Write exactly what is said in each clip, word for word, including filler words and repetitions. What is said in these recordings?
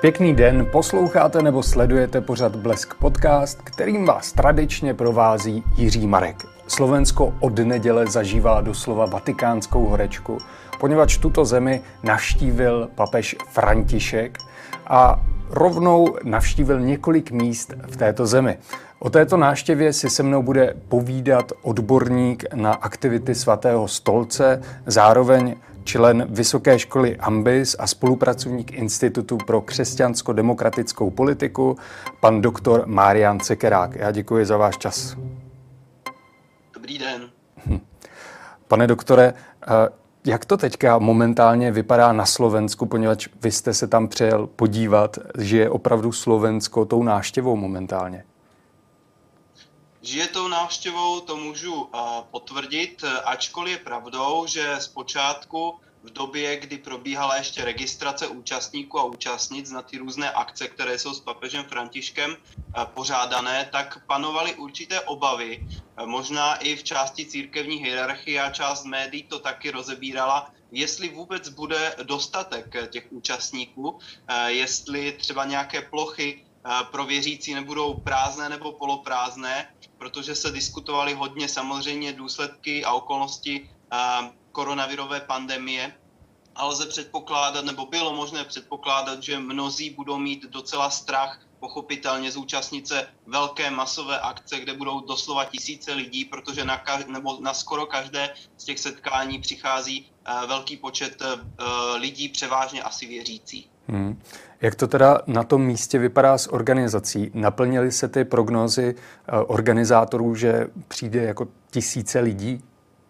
Pěkný den, posloucháte nebo sledujete pořad Blesk podcast, kterým vás tradičně provází Jiří Marek. Slovensko od neděle zažívá doslova vatikánskou horečku, poněvadž tuto zemi navštívil papež František a rovnou navštívil několik míst v této zemi. O této návštěvě si se mnou bude povídat odborník na aktivity Svatého stolce, zároveň člen Vysoké školy Ambis a spolupracovník Institutu pro křesťansko-demokratickou politiku, pan doktor Marián Cekerák. Já děkuji za váš čas. Dobrý den. Pane doktore, jak to teďka momentálně vypadá na Slovensku, poněvadž vy jste se tam přijel podívat, že je opravdu Slovensko tou návštěvou momentálně? Že tou návštěvou to můžu uh, potvrdit, ačkoliv je pravdou, že zpočátku v době, kdy probíhala ještě registrace účastníků a účastnic na ty různé akce, které jsou s papežem Františkem uh, pořádané, tak panovaly určité obavy, uh, možná i v části církevní hierarchie a část médií to taky rozebírala, jestli vůbec bude dostatek těch účastníků, uh, jestli třeba nějaké plochy pro věřící nebudou prázdné nebo poloprázdné, protože se diskutovaly hodně samozřejmě důsledky a okolnosti koronavirové pandemie. A lze předpokládat, nebo bylo možné předpokládat, že mnozí budou mít docela strach pochopitelně zúčastnit se velké masové akce, kde budou doslova tisíce lidí, protože na, kaž, nebo na skoro každé z těch setkání přichází uh, velký počet uh, lidí, převážně asi věřící. Hmm. Jak to teda na tom místě vypadá s organizací? Naplnily se ty prognózy uh, organizátorů, že přijde jako tisíce lidí?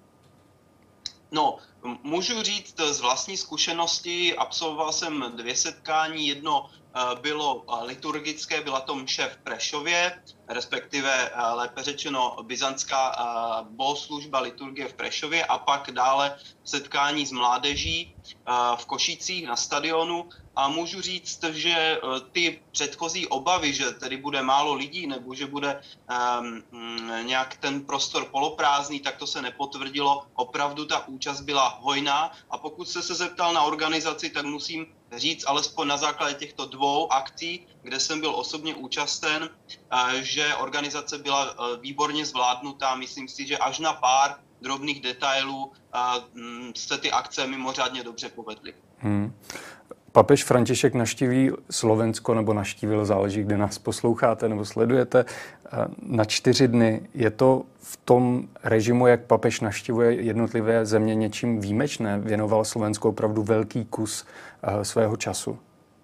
No, můžu říct z vlastní zkušenosti, absolvoval jsem dvě setkání, jedno bylo liturgické, byla to mše v Prešově, respektive lépe řečeno byzantská bohoslužba liturgie v Prešově a pak dále setkání s mládeží v Košicích na stadionu. A můžu říct, že ty předchozí obavy, že tedy bude málo lidí nebo že bude um, nějak ten prostor poloprázdný, tak to se nepotvrdilo. Opravdu ta účast byla hojná a pokud jste se zeptal na organizaci, tak musím říct alespoň na základě těchto dvou akcí, kde jsem byl osobně účasten, že organizace byla výborně zvládnutá. Myslím si, že až na pár drobných detailů se ty akce mimořádně dobře povedly. Hmm. Papež František navštíví Slovensko, nebo navštívil, záleží, kde nás posloucháte nebo sledujete, na čtyři dny. Je to v tom režimu, jak papež navštěvuje jednotlivé země, něčím výjimečné? Věnoval Slovensku opravdu velký kus svého času?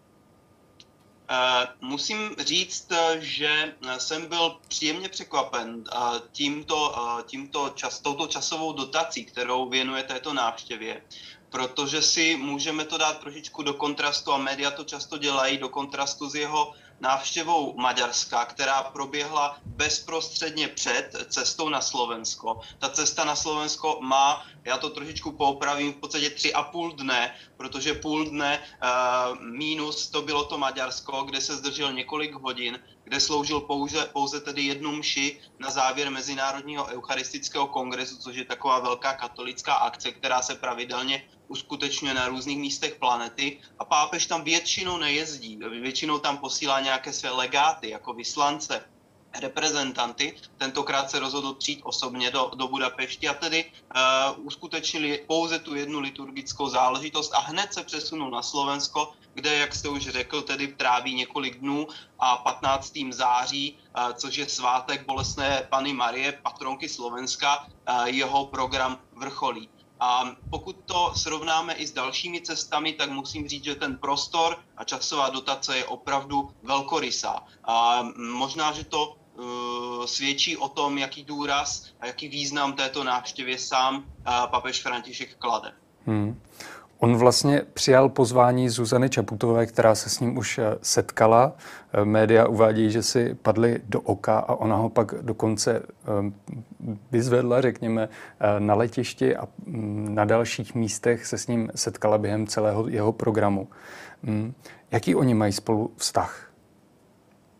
Musím říct, že jsem byl příjemně překvapen tímto, tímto čas, touto časovou dotací, kterou věnuje této návštěvě. Protože si můžeme to dát trošičku do kontrastu, a média to často dělají, do kontrastu s jeho návštěvou Maďarska, která proběhla bezprostředně před cestou na Slovensko. Ta cesta na Slovensko má, já to trošičku poopravím, v podstatě tři a půl dne, protože půl dne uh, mínus to bylo to Maďarsko, kde se zdržel několik hodin, kde sloužil pouze, pouze tedy jednu mši na závěr Mezinárodního eucharistického kongresu, což je taková velká katolická akce, která se pravidelně uskutečňuje na různých místech planety a pápež tam většinou nejezdí, většinou tam posílá nějaké své legáty jako vyslance, reprezentanty. Tentokrát se rozhodl přijít osobně do, do Budapešti a tedy uh, uskutečnili pouze tu jednu liturgickou záležitost a hned se přesunul na Slovensko, kde, jak jste už řekl, tedy tráví několik dnů a patnáctého září, uh, což je svátek Bolestné Panny Marie, patronky Slovenska, uh, jeho program vrcholí. A pokud to srovnáme i s dalšími cestami, tak musím říct, že ten prostor a časová dotace je opravdu velkorysá. A možná, že to uh, svědčí o tom, jaký důraz a jaký význam této návštěvě sám uh, papež František klade. Hmm. On vlastně přijal pozvání Zuzany Čaputové, která se s ním už setkala. Média uvádějí, že si padly do oka a ona ho pak dokonce vyzvedla, řekněme, na letišti a na dalších místech se s ním setkala během celého jeho programu. Jaký oni mají spolu vztah?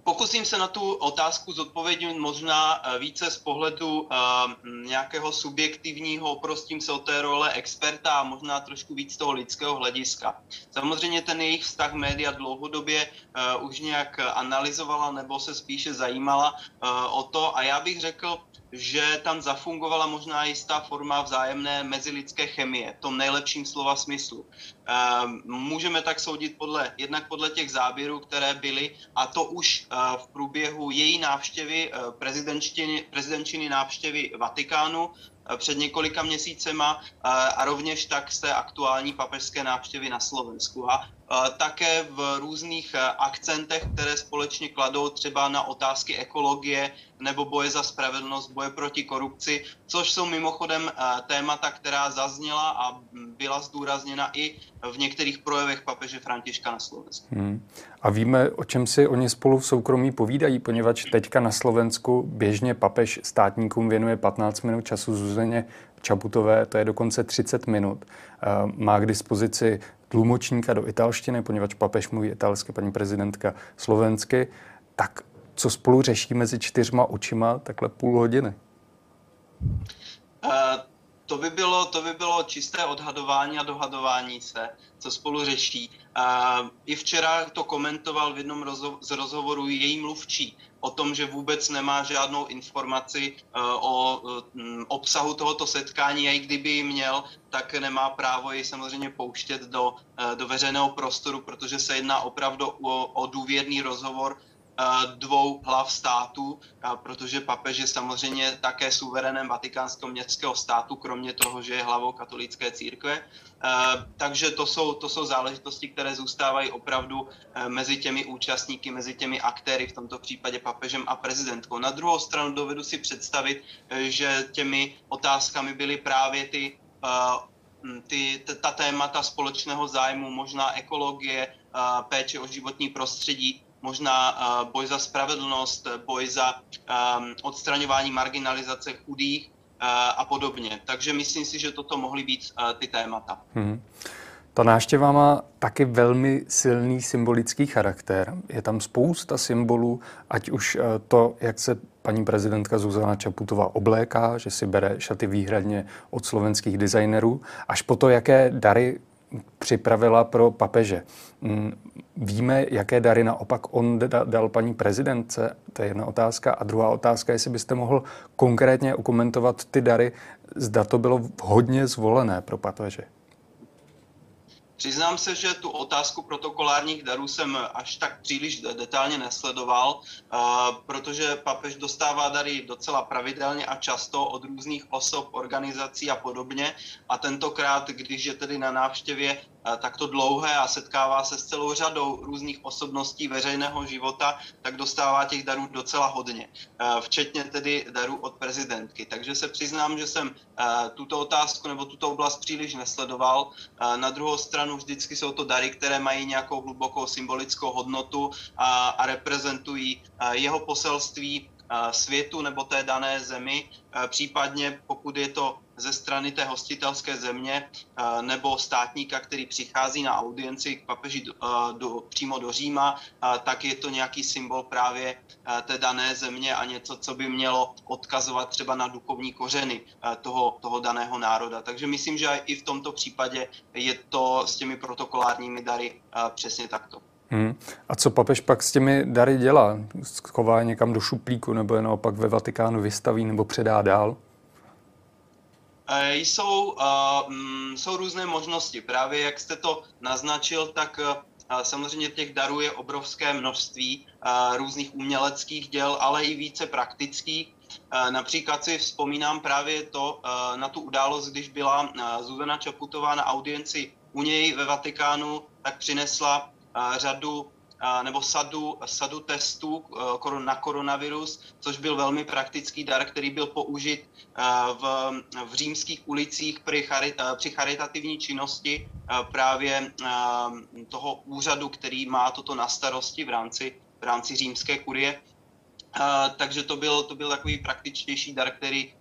Pokusím se na tu otázku zodpovědět možná více z pohledu uh, nějakého subjektivního, oprostím se od té role experta a možná trošku víc z toho lidského hlediska. Samozřejmě ten jejich vztah média dlouhodobě uh, už nějak analyzovala nebo se spíše zajímala uh, o to a já bych řekl, že tam zafungovala možná jistá forma vzájemné mezilidské chemie, v tom nejlepším slova smyslu. Můžeme tak soudit podle, jednak podle těch záběrů, které byly, a to už v průběhu její návštěvy, prezidentčiny návštěvy Vatikánu před několika měsícema a rovněž tak z té aktuální papežské návštěvy na Slovensku. A také v různých akcentech, které společně kladou třeba na otázky ekologie nebo boje za spravedlnost, boje proti korupci, což jsou mimochodem témata, která zazněla a byla zdůrazněna i v některých projevech papeže Františka na Slovensku. Hmm. A víme, o čem si oni spolu v soukromí povídají, poněvadž teďka na Slovensku běžně papež státníkům věnuje patnáct minut času, Zuzaně Čaputové, to je dokonce třicet minut. Má k dispozici tlumočníka do italštiny, poněvadž papež mluví italsky, paní prezidentka slovensky. Tak co spolu řeší mezi čtyřma očima takhle půl hodiny? Uh... To by, bylo, to by bylo čisté odhadování a dohadování se, co spolu řeší. Uh, I včera to komentoval v jednom rozho- z rozhovorů její mluvčí o tom, že vůbec nemá žádnou informaci uh, o um, obsahu tohoto setkání a i kdyby ji měl, tak nemá právo jej samozřejmě pouštět do, uh, do veřejného prostoru, protože se jedná opravdu o, o důvěrný rozhovor dvou hlav států, protože papež je samozřejmě také suverénem Vatikánského městského státu, kromě toho, že je hlavou katolické církve. Takže to jsou, to jsou záležitosti, které zůstávají opravdu mezi těmi účastníky, mezi těmi aktéry, v tomto případě papežem a prezidentkou. Na druhou stranu dovedu si představit, že těmi otázkami byly právě ty Ty, ta témata společného zájmu, možná ekologie, péče o životní prostředí, možná uh, boj za spravedlnost, boj za um, odstraňování marginalizace chudých uh, a podobně. Takže myslím si, že toto mohly být uh, ty témata. Hmm. Ta návštěva má taky velmi silný symbolický charakter. Je tam spousta symbolů, ať už to, jak se paní prezidentka Zuzana Čaputová obléká, že si bere šaty výhradně od slovenských designerů, až po to, jaké dary připravila pro papeže. Víme, jaké dary naopak on dal paní prezidentce? To je jedna otázka. A druhá otázka, jestli byste mohl konkrétně okomentovat ty dary, zda to bylo hodně zvolené pro papeže. Přiznám se, že tu otázku protokolárních darů jsem až tak příliš detailně nesledoval, protože papež dostává dary docela pravidelně a často od různých osob, organizací a podobně. A tentokrát, když je tedy na návštěvě takto dlouhé a setkává se s celou řadou různých osobností veřejného života, tak dostává těch darů docela hodně, včetně tedy darů od prezidentky. Takže se přiznám, že jsem tuto otázku nebo tuto oblast příliš nesledoval. Na druhou stranu vždycky jsou to dary, které mají nějakou hlubokou symbolickou hodnotu a, a reprezentují jeho poselství světu nebo té dané zemi, případně pokud je to ze strany té hostitelské země nebo státníka, který přichází na audienci k papeži do, do, přímo do Říma, tak je to nějaký symbol právě té dané země a něco, co by mělo odkazovat třeba na duchovní kořeny toho, toho daného národa. Takže myslím, že i v tomto případě je to s těmi protokolárními dary přesně takto. Hmm. A co papež pak s těmi dary dělá? Schová někam do šuplíku nebo je naopak ve Vatikánu vystaví nebo předá dál? Jsou, uh, jsou různé možnosti. Právě jak jste to naznačil, tak uh, samozřejmě těch darů je obrovské množství uh, různých uměleckých děl, ale i více praktických. Uh, například si vzpomínám právě to uh, na tu událost, když byla uh, Zuzana Čaputová na audienci u něj ve Vatikánu, tak přinesla uh, řadu nebo sadu, sadu testů na koronavirus, což byl velmi praktický dar, který byl použit v, v římských ulicích při, charit, při charitativní činnosti právě toho úřadu, který má toto na starosti v rámci, v rámci římské kurie. Takže to byl, to byl takový praktičtější dar, který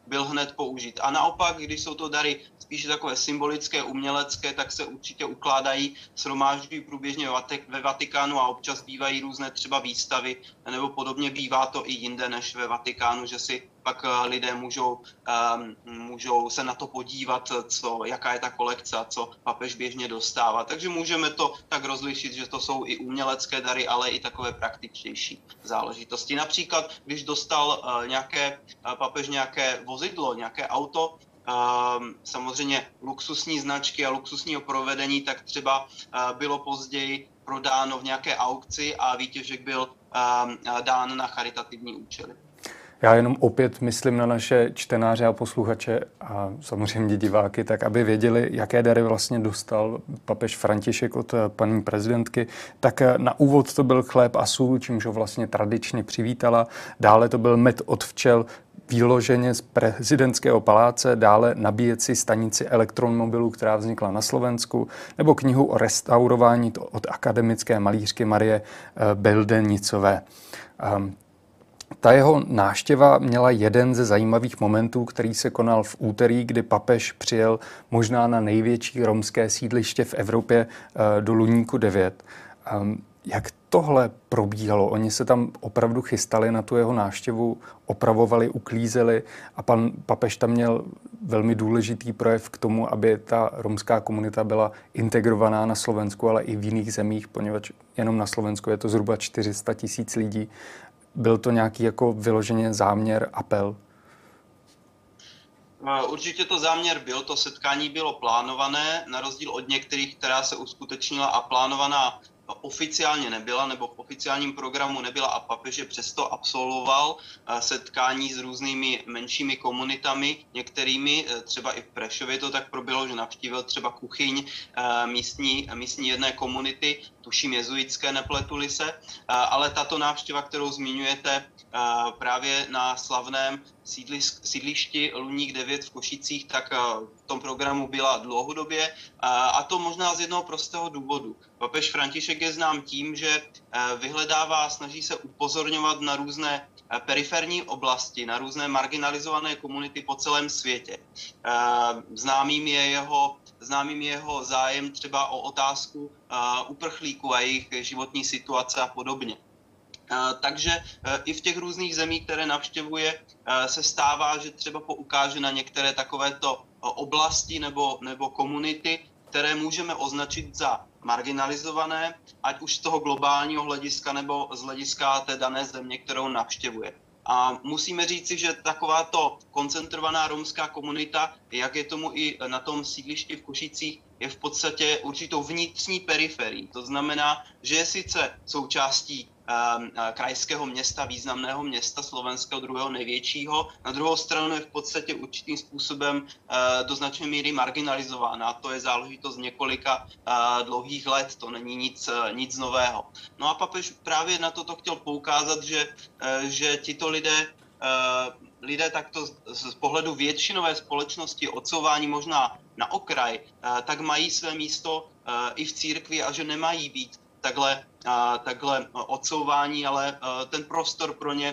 byl hned použit. A naopak, když jsou to dary spíše takové symbolické, umělecké, tak se určitě ukládají, shromážďují průběžně ve Vatikánu a občas bývají různé třeba výstavy, nebo podobně bývá to i jinde než ve Vatikánu, že si pak lidé můžou, um, můžou se na to podívat, co, jaká je ta kolekce a co papež běžně dostává. Takže můžeme to tak rozlišit, že to jsou i umělecké dary, ale i takové praktičtější záležitosti. Například, když dostal uh, nějaké, uh, papež nějaké vozidlo, nějaké auto, Um, samozřejmě luxusní značky a luxusního provedení, tak třeba uh, bylo později prodáno v nějaké aukci a výtěžek byl um, dán na charitativní účely. Já jenom opět myslím na naše čtenáře a posluchače a samozřejmě diváky, tak aby věděli, jaké dary vlastně dostal papež František od paní prezidentky. Tak na úvod to byl chléb a sůl, čímž ho vlastně tradičně přivítala. Dále to byl med od včel, výloženě z prezidentského paláce, dále nabíjecí stanici elektromobilů, která vznikla na Slovensku, nebo knihu o restaurování od akademické malířky Marie Beldenicové. Ta jeho návštěva měla jeden ze zajímavých momentů, který se konal v úterý, kdy papež přijel možná na největší romské sídliště v Evropě do Luníku devět. Jak tohle probíhalo? Oni se tam opravdu chystali na tu jeho návštěvu, opravovali, uklízeli a pan papež tam měl velmi důležitý projev k tomu, aby ta romská komunita byla integrovaná na Slovensku, ale i v jiných zemích, poněvadž jenom na Slovensku je to zhruba čtyři sta tisíc lidí. Byl to nějaký jako vyloženě záměr, apel? Určitě to záměr byl, to setkání bylo plánované, na rozdíl od některých, která se uskutečnila a plánovaná oficiálně nebyla, nebo v oficiálním programu nebyla a papež přesto absolvoval setkání s různými menšími komunitami, některými, třeba i v Prešově to tak proběhlo, že navštívil třeba kuchyň místní, místní jedné komunity, tuším jezuitské, nepletuli se, ale tato návštěva, kterou zmiňujete právě na slavném sídlišti Luník devět v Košicích, tak v tom programu byla dlouhodobě a to možná z jednoho prostého důvodu. Papež František je znám tím, že vyhledává a snaží se upozorňovat na různé periferní oblasti, na různé marginalizované komunity po celém světě. Známým je jeho, známým je jeho zájem třeba o otázku uprchlíků a jejich životní situace a podobně. Takže i v těch různých zemích, které navštěvuje, se stává, že třeba poukáže na některé takovéto oblasti nebo, nebo komunity, které můžeme označit za marginalizované, ať už z toho globálního hlediska nebo z hlediska té dané země, kterou navštěvuje. A musíme říci, že takováto koncentrovaná romská komunita, jak je tomu i na tom sídlišti v Košicích, je v podstatě určitou vnitřní periferií. To znamená, že je sice součástí um, krajského města, významného města slovenského, druhého největšího, na druhou stranu je v podstatě určitým způsobem uh, do značné míry marginalizována. To je záležitost několika uh, dlouhých let, to není nic, uh, nic nového. No a papež právě na toto chtěl poukázat, že, uh, že tito lidé uh, lidé takto z pohledu většinové společnosti odsouvání možná na okraj, tak mají své místo i v církvi a že nemají být takhle, takhle odsouvání, ale ten prostor pro ně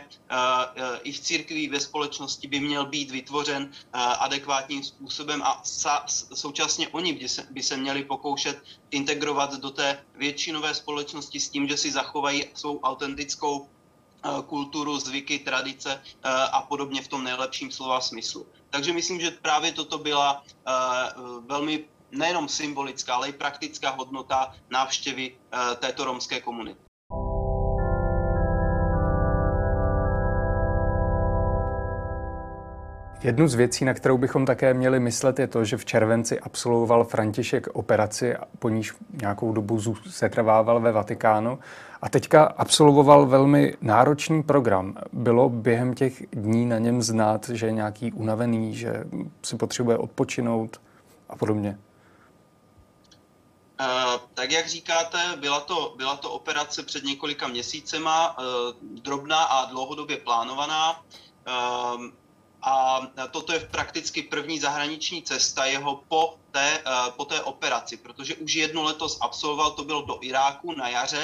i v církvi, ve společnosti by měl být vytvořen adekvátním způsobem a současně oni by se, by se měli pokoušet integrovat do té většinové společnosti s tím, že si zachovají svou autentickou kulturu, zvyky, tradice a podobně v tom nejlepším slova smyslu. Takže myslím, že právě toto byla velmi nejenom symbolická, ale i praktická hodnota návštěvy této romské komunity. Jednu z věcí, na kterou bychom také měli myslet, je to, že v červenci absolvoval František operaci, po níž nějakou dobu setrvával ve Vatikánu a teďka absolvoval velmi náročný program. Bylo během těch dní na něm znát, že je nějaký unavený, že si potřebuje odpočinout a podobně? Uh, tak jak říkáte, byla to, byla to operace před několika měsícema, uh, drobná a dlouhodobě plánovaná. Uh, A toto je prakticky první zahraniční cesta jeho po té, po té operaci, protože už jednu letos absolvoval, to bylo do Iráku na jaře,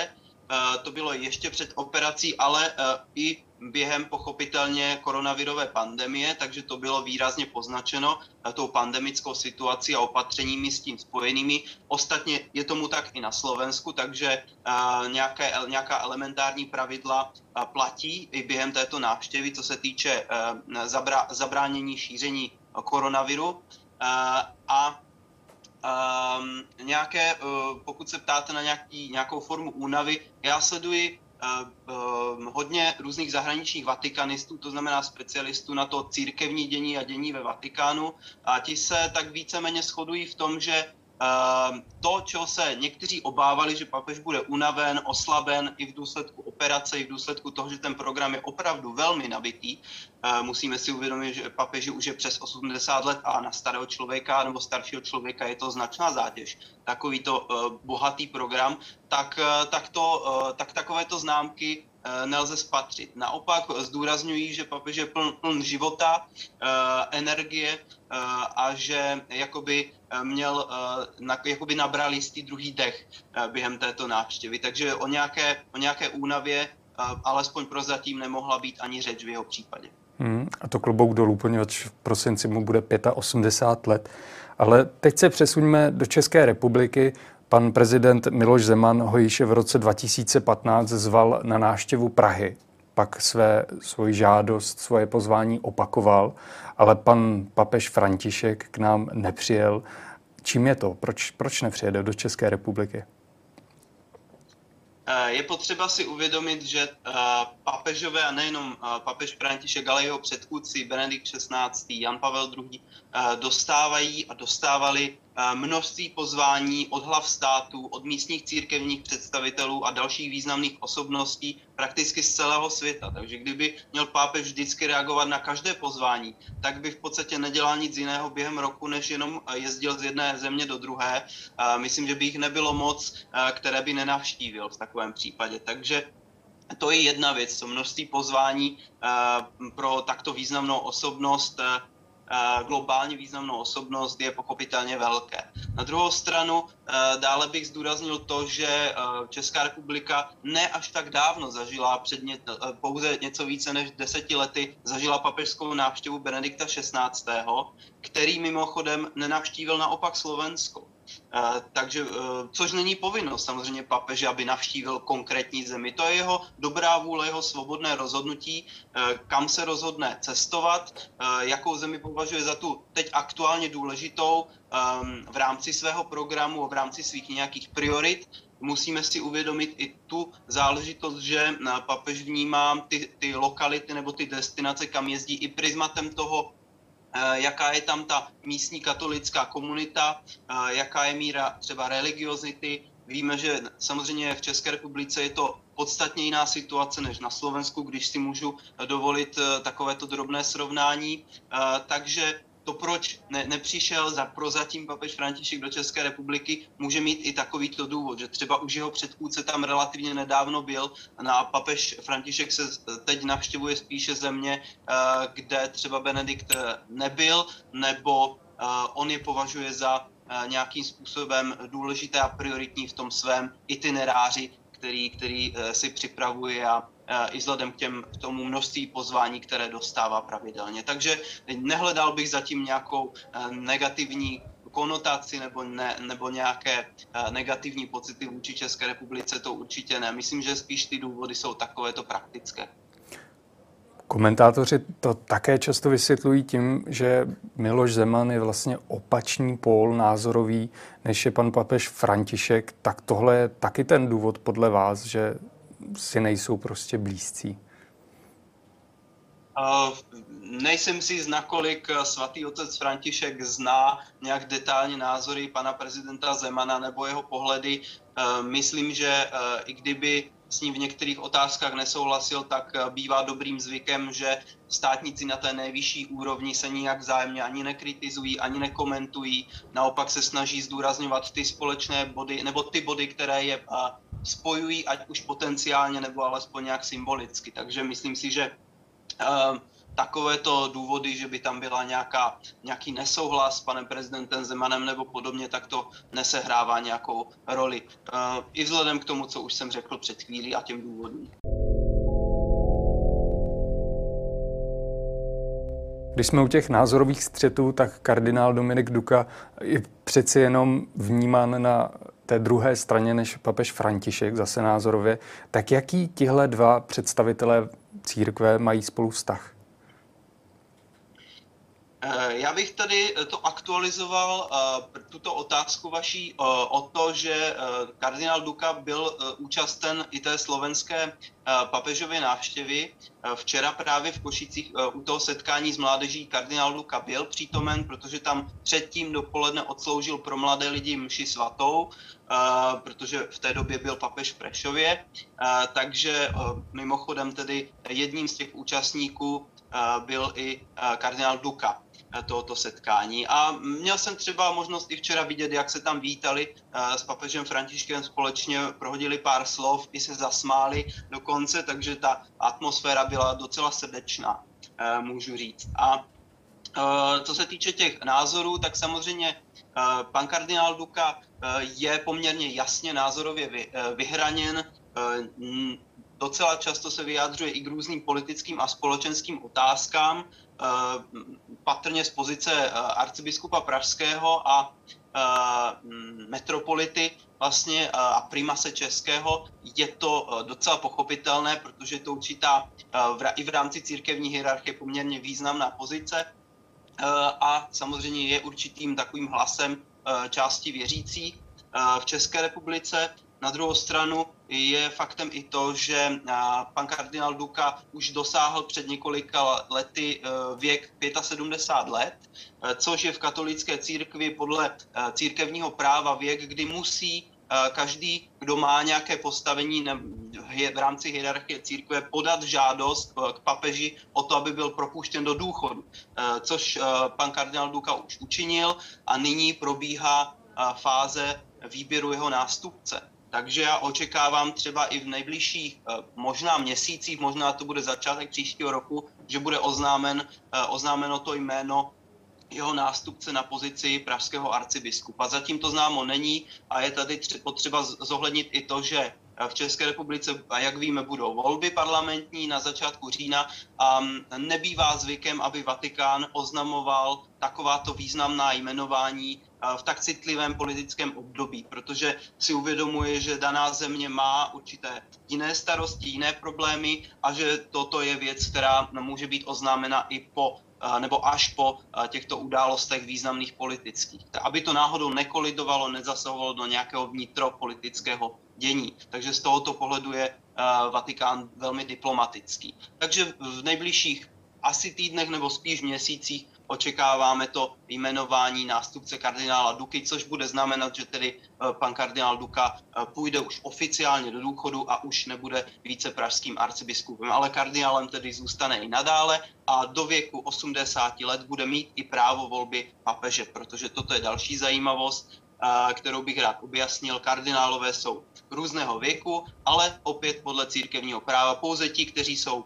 to bylo ještě před operací, ale i během pochopitelně koronavirové pandemie, takže to bylo výrazně poznačeno tou pandemickou situací a opatřeními s tím spojenými. Ostatně je tomu tak i na Slovensku, takže nějaké, nějaká elementární pravidla platí i během této návštěvy, co se týče zabra, zabránění šíření koronaviru. A Um, nějaké, uh, pokud se ptáte na nějaký, nějakou formu únavy, já sleduji uh, uh, hodně různých zahraničních vatikanistů, to znamená specialistů na to církevní dění a dění ve Vatikánu, a ti se tak víceméně shodují v tom, že uh, to, čeho se někteří obávali, že papež bude unaven, oslaben i v důsledku operace, i v důsledku toho, že ten program je opravdu velmi nabitý. Uh, musíme si uvědomit, že papeži už je přes osmdesát let a na starého člověka nebo staršího člověka je to značná zátěž. Takovýto uh, bohatý program, tak, uh, tak, to, uh, tak takovéto známky nelze spatřit. Naopak zdůrazňují, že papež je pln, pln života, energie a že jakoby měl, jakoby nabral jistý druhý dech během této návštěvy. Takže o nějaké, o nějaké únavě alespoň prozatím nemohla být ani řeč v jeho případě. Hmm, a to klobouk dolů, poněvadž v prosinci mu bude osmdesát pět let. Ale teď se přesuňme do České republiky. Pan prezident Miloš Zeman ho již v roce dva tisíce patnáct zval na návštěvu Prahy. Pak své, svoji žádost, svoje pozvání opakoval, ale pan papež František k nám nepřijel. Čím je to? Proč, proč nepřijede do České republiky? Je potřeba si uvědomit, že papežové, a nejenom papež František, ale jeho předchůdci Benedikt šestnáctý, Jan Pavel druhý, dostávají a dostávali množství pozvání od hlav států, od místních církevních představitelů a dalších významných osobností prakticky z celého světa. Takže kdyby měl pápež vždycky reagovat na každé pozvání, tak by v podstatě nedělal nic jiného během roku, než jenom jezdil z jedné země do druhé. Myslím, že by jich nebylo moc, které by nenavštívil v takovém případě. Takže to je jedna věc, co množství pozvání pro takto významnou osobnost, globálně významnou osobnost je pochopitelně velké. Na druhou stranu dále bych zdůraznil to, že Česká republika ne až tak dávno zažila, před ně, pouze něco více než deseti lety, zažila papežskou návštěvu Benedikta šestnáctého, který mimochodem nenavštívil naopak Slovensko. Uh, takže, uh, což není povinnost samozřejmě papeže, aby navštívil konkrétní zemi. To je jeho dobrá vůle, jeho svobodné rozhodnutí, uh, kam se rozhodne cestovat, uh, jakou zemi považuje za tu teď aktuálně důležitou um, v rámci svého programu, v rámci svých nějakých priorit. Musíme si uvědomit i tu záležitost, že papež vnímá ty, ty lokality nebo ty destinace, kam jezdí, i prismatem toho, jaká je tam ta místní katolická komunita, jaká je míra třeba religiozity. Víme, že samozřejmě v České republice je to podstatně jiná situace než na Slovensku, když si můžu dovolit takovéto drobné srovnání. Takže to, proč ne, nepřišel za prozatím papež František do České republiky, může mít i takovýto důvod, že třeba už jeho předchůdce tam relativně nedávno byl a papež František se teď navštěvuje spíše země, kde třeba Benedikt nebyl, nebo on je považuje za nějakým způsobem důležité a prioritní v tom svém itineráři, který, který si připravuje a i vzhledem k, těm, k tomu množství pozvání, které dostává pravidelně. Takže nehledal bych zatím nějakou negativní konotaci nebo, ne, nebo nějaké negativní pocity vůči České republice, to určitě ne. Myslím, že spíš ty důvody jsou takovéto praktické. Komentátoři to také často vysvětlují tím, že Miloš Zeman je vlastně opačný pól názorový, než je pan papež František. Tak tohle je taky ten důvod podle vás, že si nejsou prostě blízcí? Uh, nejsem si nakolik svatý otec František zná nějak detailně názory pana prezidenta Zemana nebo jeho pohledy. Uh, myslím, že uh, i kdyby s ním v některých otázkách nesouhlasil, tak bývá dobrým zvykem, že státníci na té nejvyšší úrovni se nijak vzájemně ani nekritizují, ani nekomentují. Naopak se snaží zdůrazňovat ty společné body, nebo ty body, které je spojují, ať už potenciálně, nebo alespoň nějak symbolicky. Takže myslím si, že uh, takovéto důvody, že by tam byla nějaká, nějaký nesouhlas s panem prezidentem Zemanem nebo podobně, tak to nesehrává nějakou roli. I vzhledem k tomu, co už jsem řekl před chvílí a těm důvodům. Když jsme u těch názorových střetů, tak kardinál Dominik Duka je přeci jenom vnímán na té druhé straně než papež František, zase názorově. Tak jaký tihle dva představitelé církve mají spolu vztah? Já bych tady to aktualizoval, tuto otázku vaší, o to, že kardinál Duka byl účasten i té slovenské papežovy návštěvy. Včera právě v Košicích u toho setkání s mládeží kardinál Duka byl přítomen, protože tam předtím dopoledne odsloužil pro mladé lidi mši svatou, protože v té době byl papež v Prešově. Takže mimochodem tedy jedním z těch účastníků byl i kardinál Duka tohoto setkání. A měl jsem třeba možnost i včera vidět, jak se tam vítali s papežem Františkem společně, prohodili pár slov, i se zasmáli dokonce, takže ta atmosféra byla docela srdečná, můžu říct. A co se týče těch názorů, tak samozřejmě pan kardinál Duka je poměrně jasně názorově vyhraněn. Docela často se vyjádřuje i k různým politickým a společenským otázkám, patrně z pozice arcibiskupa pražského a metropolity vlastně a primase českého. Je to docela pochopitelné, protože je to určitá i v rámci církevní hierarchie poměrně významná pozice a samozřejmě je určitým takovým hlasem části věřící v České republice. Na druhou stranu je faktem i to, že pan kardinál Duka už dosáhl před několika lety věk sedmdesát pět let, což je v katolické církvi podle církevního práva věk, kdy musí každý, kdo má nějaké postavení v rámci hierarchie církve, podat žádost k papeži o to, aby byl propuštěn do důchodu, což pan kardinál Duka už učinil a nyní probíhá fáze výběru jeho nástupce. Takže já očekávám třeba i v nejbližších možná měsících, možná to bude začátek příštího roku, že bude oznámen, oznámeno to jméno jeho nástupce na pozici pražského arcibiskupa. Zatím to známo není a je tady potřeba zohlednit i to, že v České republice, jak víme, budou volby parlamentní na začátku října a nebývá zvykem, aby Vatikán oznamoval takováto významná jmenování v tak citlivém politickém období, protože si uvědomuje, že daná země má určité jiné starosti, jiné problémy a že toto je věc, která může být oznámena i po nebo až po těchto událostech významných politických. Aby to náhodou nekolidovalo, nezasahovalo do nějakého vnitropolitického dění. Takže z tohoto pohledu je Vatikán velmi diplomatický. Takže v nejbližších asi týdnech nebo spíš měsících očekáváme to jmenování nástupce kardinála Duky, což bude znamenat, že tedy pan kardinál Duka půjde už oficiálně do důchodu a už nebude více pražským arcibiskupem, ale kardinálem tedy zůstane i nadále a do věku osmdesáti let bude mít i právo volby papeže, protože toto je další zajímavost, kterou bych rád objasnil. Kardinálové jsou různého věku, ale opět podle církevního práva pouze ti, kteří jsou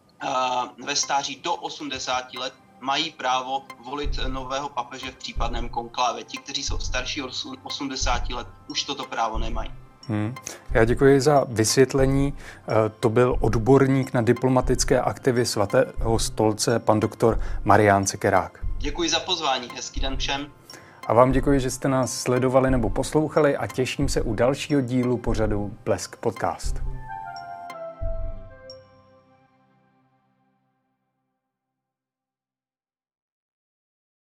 ve stáří do osmdesáti let, mají právo volit nového papeže v případném konklávě. Ti, kteří jsou starší od osmdesáti let, už toto právo nemají. Hmm. Já děkuji za vysvětlení. To byl odborník na diplomatické aktivy Svatého stolce, pan doktor Marián Sekerák. Děkuji za pozvání, hezký den všem. A vám děkuji, že jste nás sledovali nebo poslouchali a těším se u dalšího dílu pořadu Blesk Podcast.